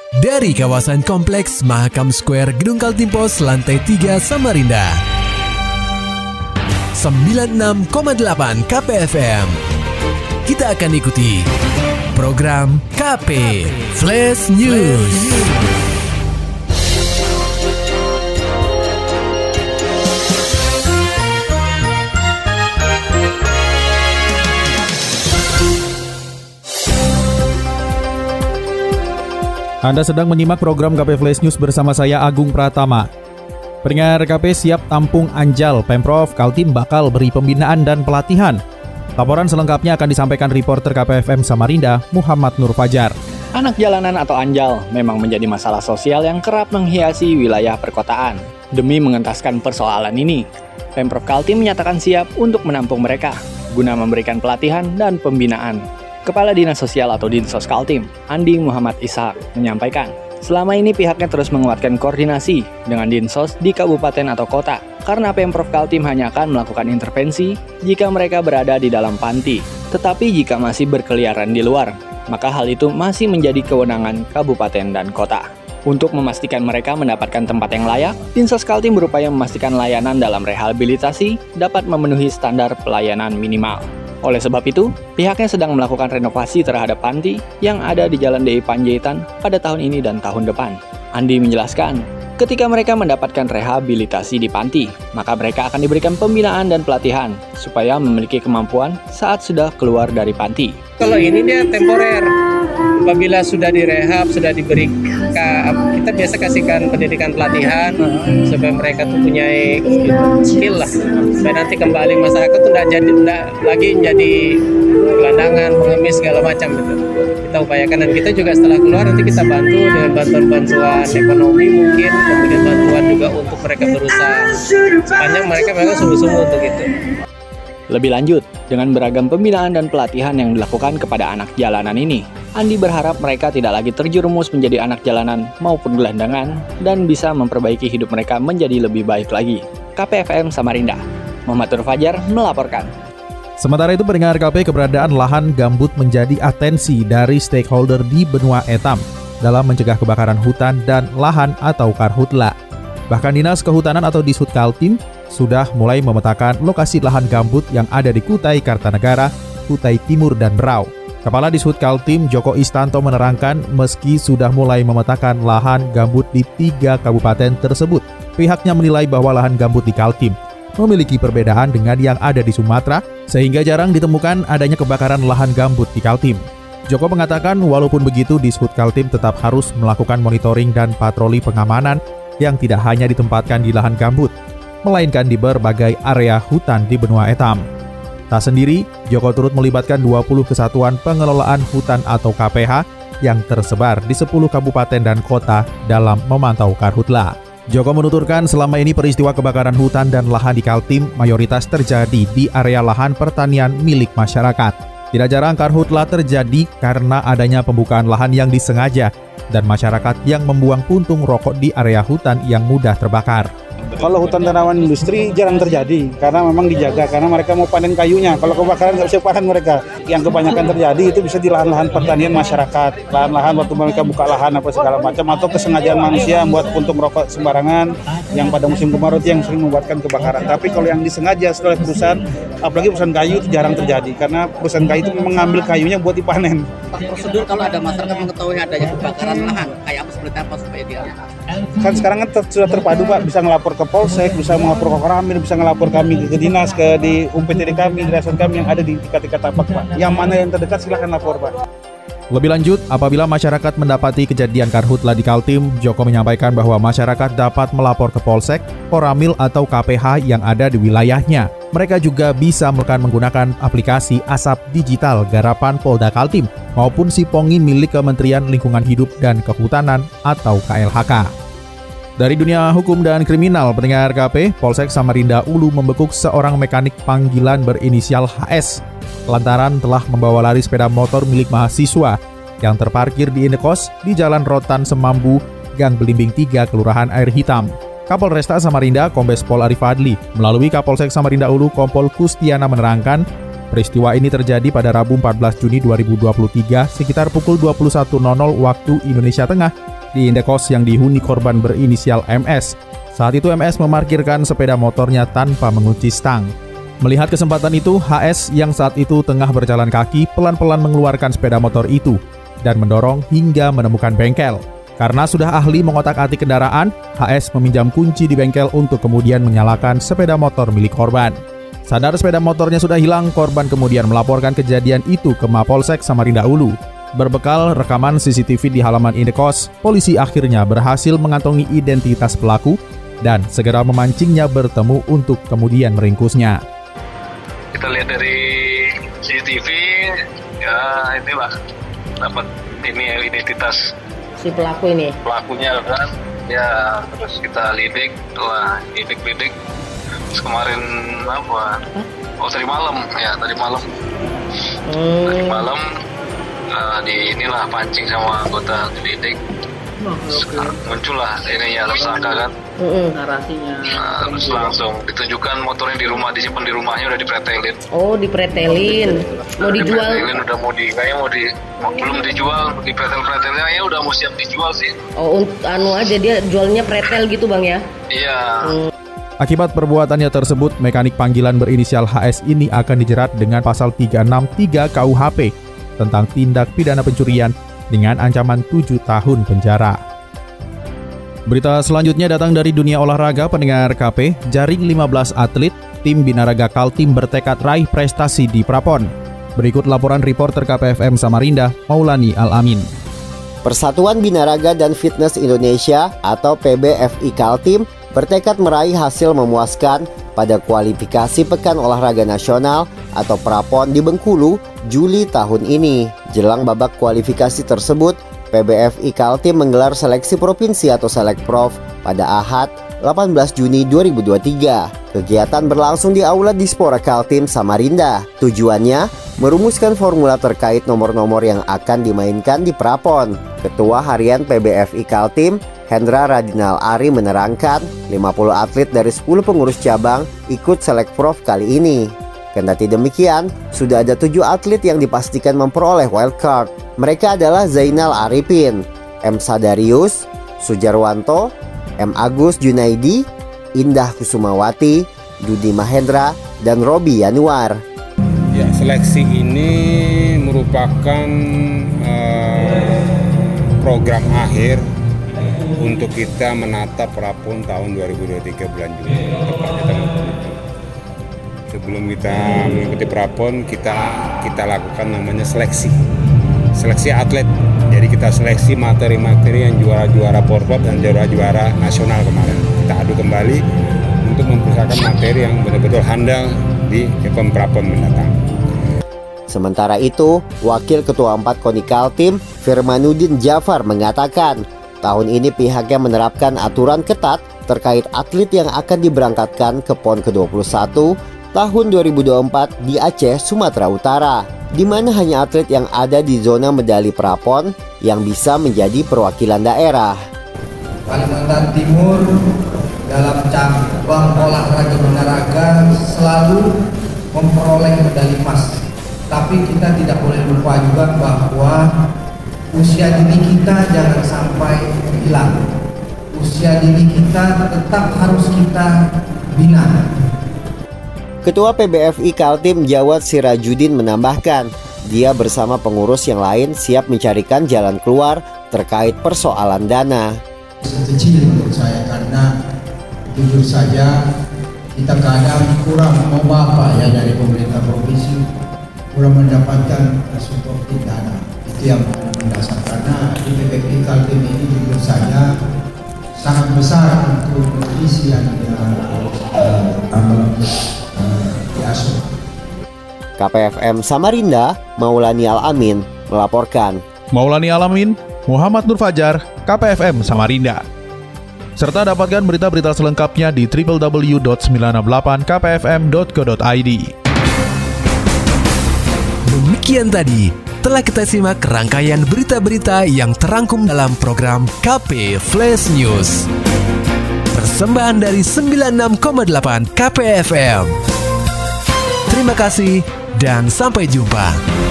Dari kawasan Kompleks Mahakam Square Gedung Kaltim Pos Lantai 3 Samarinda 96,8 KPFM. Kita akan ikuti program KP Flash News. Anda sedang menyimak program KP Flash News bersama saya Agung Pratama. Pendengar KP siap tampung Anjal, Pemprov Kaltim bakal beri pembinaan dan pelatihan. Laporan selengkapnya akan disampaikan reporter KPFM Samarinda, Muhammad Nur Fajar. Anak jalanan atau Anjal memang menjadi masalah sosial yang kerap menghiasi wilayah perkotaan. Demi mengentaskan persoalan ini, Pemprov Kaltim menyatakan siap untuk menampung mereka guna memberikan pelatihan dan pembinaan. Kepala Dinas Sosial atau Dinsos Kaltim, Andi Muhammad Ishak, menyampaikan, selama ini pihaknya terus menguatkan koordinasi dengan Dinsos di kabupaten atau kota, karena Pemprov Kaltim hanya akan melakukan intervensi jika mereka berada di dalam panti. Tetapi jika masih berkeliaran di luar, maka hal itu masih menjadi kewenangan kabupaten dan kota. Untuk memastikan mereka mendapatkan tempat yang layak, Dinsos Kaltim berupaya memastikan layanan dalam rehabilitasi dapat memenuhi standar pelayanan minimal. Oleh sebab itu, pihaknya sedang melakukan renovasi terhadap panti yang ada di Jalan DI Panjaitan pada tahun ini dan tahun depan. Andi menjelaskan, ketika mereka mendapatkan rehabilitasi di panti, maka mereka akan diberikan pembinaan dan pelatihan supaya memiliki kemampuan saat sudah keluar dari panti. Kalau ini dia temporer, apabila sudah direhab, sudah diberi, kita biasa kasihkan pendidikan pelatihan supaya mereka tuh punya skill lah, supaya nanti kembali masyarakat tuh tidak lagi jadi gelandangan, pengemis segala macam gitu. Kita upayakan dan kita juga setelah keluar nanti kita bantu dengan bantuan ekonomi mungkin, kemudian bantuan juga untuk mereka berusaha sepanjang mereka memang sungguh-sungguh untuk itu. Lebih lanjut, dengan beragam pembinaan dan pelatihan yang dilakukan kepada anak jalanan ini, Andi berharap mereka tidak lagi terjerumus menjadi anak jalanan maupun gelandangan dan bisa memperbaiki hidup mereka menjadi lebih baik lagi. KPFM Samarinda, Muhammad Nur Fajar melaporkan. Sementara itu pendengar KP, keberadaan lahan gambut menjadi atensi dari stakeholder di benua Etam dalam mencegah kebakaran hutan dan lahan atau karhutla. Bahkan Dinas Kehutanan atau Dishub Kaltim sudah mulai memetakan lokasi lahan gambut yang ada di Kutai Kartanegara, Kutai Timur, dan Berau. Kepala Dishub Kaltim Joko Istanto menerangkan meski sudah mulai memetakan lahan gambut di 3 kabupaten tersebut, pihaknya menilai bahwa lahan gambut di Kaltim memiliki perbedaan dengan yang ada di Sumatera, sehingga jarang ditemukan adanya kebakaran lahan gambut di Kaltim. Joko mengatakan walaupun begitu Dishub Kaltim tetap harus melakukan monitoring dan patroli pengamanan yang tidak hanya ditempatkan di lahan gambut, melainkan di berbagai area hutan di benua Etam. Tak sendiri, Joko turut melibatkan 20 kesatuan pengelolaan hutan atau KPH yang tersebar di 10 kabupaten dan kota dalam memantau karhutla. Joko menuturkan selama ini peristiwa kebakaran hutan dan lahan di Kaltim mayoritas terjadi di area lahan pertanian milik masyarakat. Tidak jarang karhutla terjadi karena adanya pembukaan lahan yang disengaja dan masyarakat yang membuang puntung rokok di area hutan yang mudah terbakar. Kalau hutan dan rawan industri jarang terjadi karena memang dijaga, karena mereka mau panen kayunya. Kalau kebakaran nggak bisa panen mereka. Yang kebanyakan terjadi itu bisa di lahan-lahan pertanian masyarakat, lahan-lahan waktu mereka buka lahan apa segala macam, atau kesengajaan manusia membuat puntung rokok sembarangan yang pada musim kemarau yang sering membuatkan kebakaran. Tapi kalau yang disengaja setelah perusahaan, apalagi perusahaan kayu itu jarang terjadi karena perusahaan kayu itu memang mengambil kayunya buat dipanen. Prosedur kalau ada masyarakat mengetahui adanya kebakaran lahan, kayak apa seperti apa supaya dia? Kan sekarang kan sudah terpadu Pak, bisa ngelapor ke Polsek, bisa melapor ke Koramil, bisa ngelapor kami ke dinas, di UPTD kami, di desa kami yang ada di tingkat tapak Pak. Yang mana yang terdekat silahkan lapor Pak. Lebih lanjut, apabila masyarakat mendapati kejadian karhutla di Kaltim, Joko menyampaikan bahwa masyarakat dapat melapor ke Polsek, Koramil atau KPH yang ada di wilayahnya. Mereka juga bisa menggunakan aplikasi Asap Digital Garapan Polda Kaltim maupun Sipongi milik Kementerian Lingkungan Hidup dan Kehutanan atau KLHK. Dari dunia hukum dan kriminal, pendengar KP, Polsek Samarinda Ulu membekuk seorang mekanik panggilan berinisial HS lantaran telah membawa lari sepeda motor milik mahasiswa yang terparkir di indekos di Jalan Rotan Semambu, Gang Belimbing 3, Kelurahan Air Hitam. Kapolresta Samarinda Kombes Pol Arif Adli melalui Kapolsek Samarinda Ulu Kompol Kustiana menerangkan peristiwa ini terjadi pada Rabu 14 Juni 2023 sekitar pukul 21.00 waktu Indonesia Tengah di indekos yang dihuni korban berinisial MS. Saat itu MS memarkirkan sepeda motornya tanpa mengunci stang. Melihat kesempatan itu, HS yang saat itu tengah berjalan kaki pelan-pelan mengeluarkan sepeda motor itu dan mendorong hingga menemukan bengkel. Karena sudah ahli mengotak-atik kendaraan, HS meminjam kunci di bengkel untuk kemudian menyalakan sepeda motor milik korban. Sadar sepeda motornya sudah hilang, korban kemudian melaporkan kejadian itu ke Mapolsek Samarinda Ulu. Berbekal rekaman CCTV di halaman indekos, polisi akhirnya berhasil mengantongi identitas pelaku dan segera memancingnya bertemu untuk kemudian meringkusnya. Kita lihat dari CCTV, ya inilah dapat ini identitas si pelaku ini. Pelakunya kan, ya terus kita lidik, lidik. Terus kemarin apa? Oh tadi malam. Tadi malam di inilah pancing sama anggota lidik. Muncullah ini ya tersangka kan. Narasinya. Terus langsung ditunjukkan motornya di rumah, disimpan di rumahnya, udah dipretelin. Oh, dipretelin. Mau dijual? Dipretelin, belum dijual, dipretel-pretelnya ya udah mau siap dijual sih. Oh, aja dia jualnya pretel gitu Bang ya? Iya. Akibat perbuatannya tersebut, mekanik panggilan berinisial HS ini akan dijerat dengan pasal 363 KUHP tentang tindak pidana pencurian dengan ancaman 7 tahun penjara. Berita selanjutnya datang dari dunia olahraga. Pendengar KP, jaring 15 atlet tim Binaraga Kaltim bertekad raih prestasi di Prapon. Berikut laporan reporter KPFM Samarinda, Maulani Al-Amin. Persatuan Binaraga dan Fitness Indonesia atau PBFI Kaltim bertekad meraih hasil memuaskan pada kualifikasi Pekan Olahraga Nasional atau Prapon di Bengkulu, Juli tahun ini. Jelang babak kualifikasi tersebut, PBFI Kaltim menggelar seleksi provinsi atau Selekprov pada Ahad 18 Juni 2023. Kegiatan berlangsung di Aula Dispora Kaltim Samarinda. Tujuannya merumuskan formula terkait nomor-nomor yang akan dimainkan di Prapon. Ketua Harian PBFI Kaltim, Hendra Radinal Ari menerangkan 50 atlet dari 10 pengurus cabang ikut Selekprov kali ini. Kendati demikian, sudah ada 7 atlet yang dipastikan memperoleh wildcard. Mereka adalah Zainal Arifin, M. Sadarius, Sujarwanto, M. Agus Junaidi, Indah Kusumawati, Dudi Mahendra, dan Robi Yanuar. Ya, seleksi ini merupakan program akhir untuk kita menata Prapon tahun 2023 bulan Juni, tepatnya tanggal 7. Sebelum kita mengikuti Prapon, kita lakukan namanya seleksi atlet. Jadi kita seleksi materi-materi yang juara-juara Porprov dan juara-juara nasional kemarin. Kita adu kembali untuk mempersatukan materi yang betul-betul handal di event Prapon mendatang. Sementara itu, Wakil Ketua 4 KONI Kaltim, Firmanuddin Jafar mengatakan, tahun ini pihaknya menerapkan aturan ketat terkait atlet yang akan diberangkatkan ke PON ke-21 tahun 2024 di Aceh, Sumatera Utara, di mana hanya atlet yang ada di zona medali Prapon yang bisa menjadi perwakilan daerah. Kalimantan Timur dalam cabang olahraga binaraga selalu memperoleh medali emas. Tapi kita tidak boleh lupa juga bahwa usia dini kita jangan sampai hilang. Usia dini kita tetap harus kita bina. Ketua PBFI Kaltim Jawad Sirajudin menambahkan, dia bersama pengurus yang lain siap mencarikan jalan keluar terkait persoalan dana. Kecil menurut saya karena jujur saja kita kadang kurang mau apa ya dari pemerintah provinsi, kurang mendapatkan supporting dana. Itu yang mendasar karena di PBFI Kaltim ini jujur saja sangat besar untuk mengisi yang diasuh. KPFM Samarinda, Maulani Al-Amin melaporkan. Maulani Al-Amin, Muhammad Nur Fajar, KPFM Samarinda. Serta dapatkan berita-berita selengkapnya di www.968kpfm.co.id. Demikian tadi telah kita simak rangkaian berita-berita yang terangkum dalam program KP Flash News. Persembahan dari 96,8 KPFM. Terima kasih dan sampai jumpa.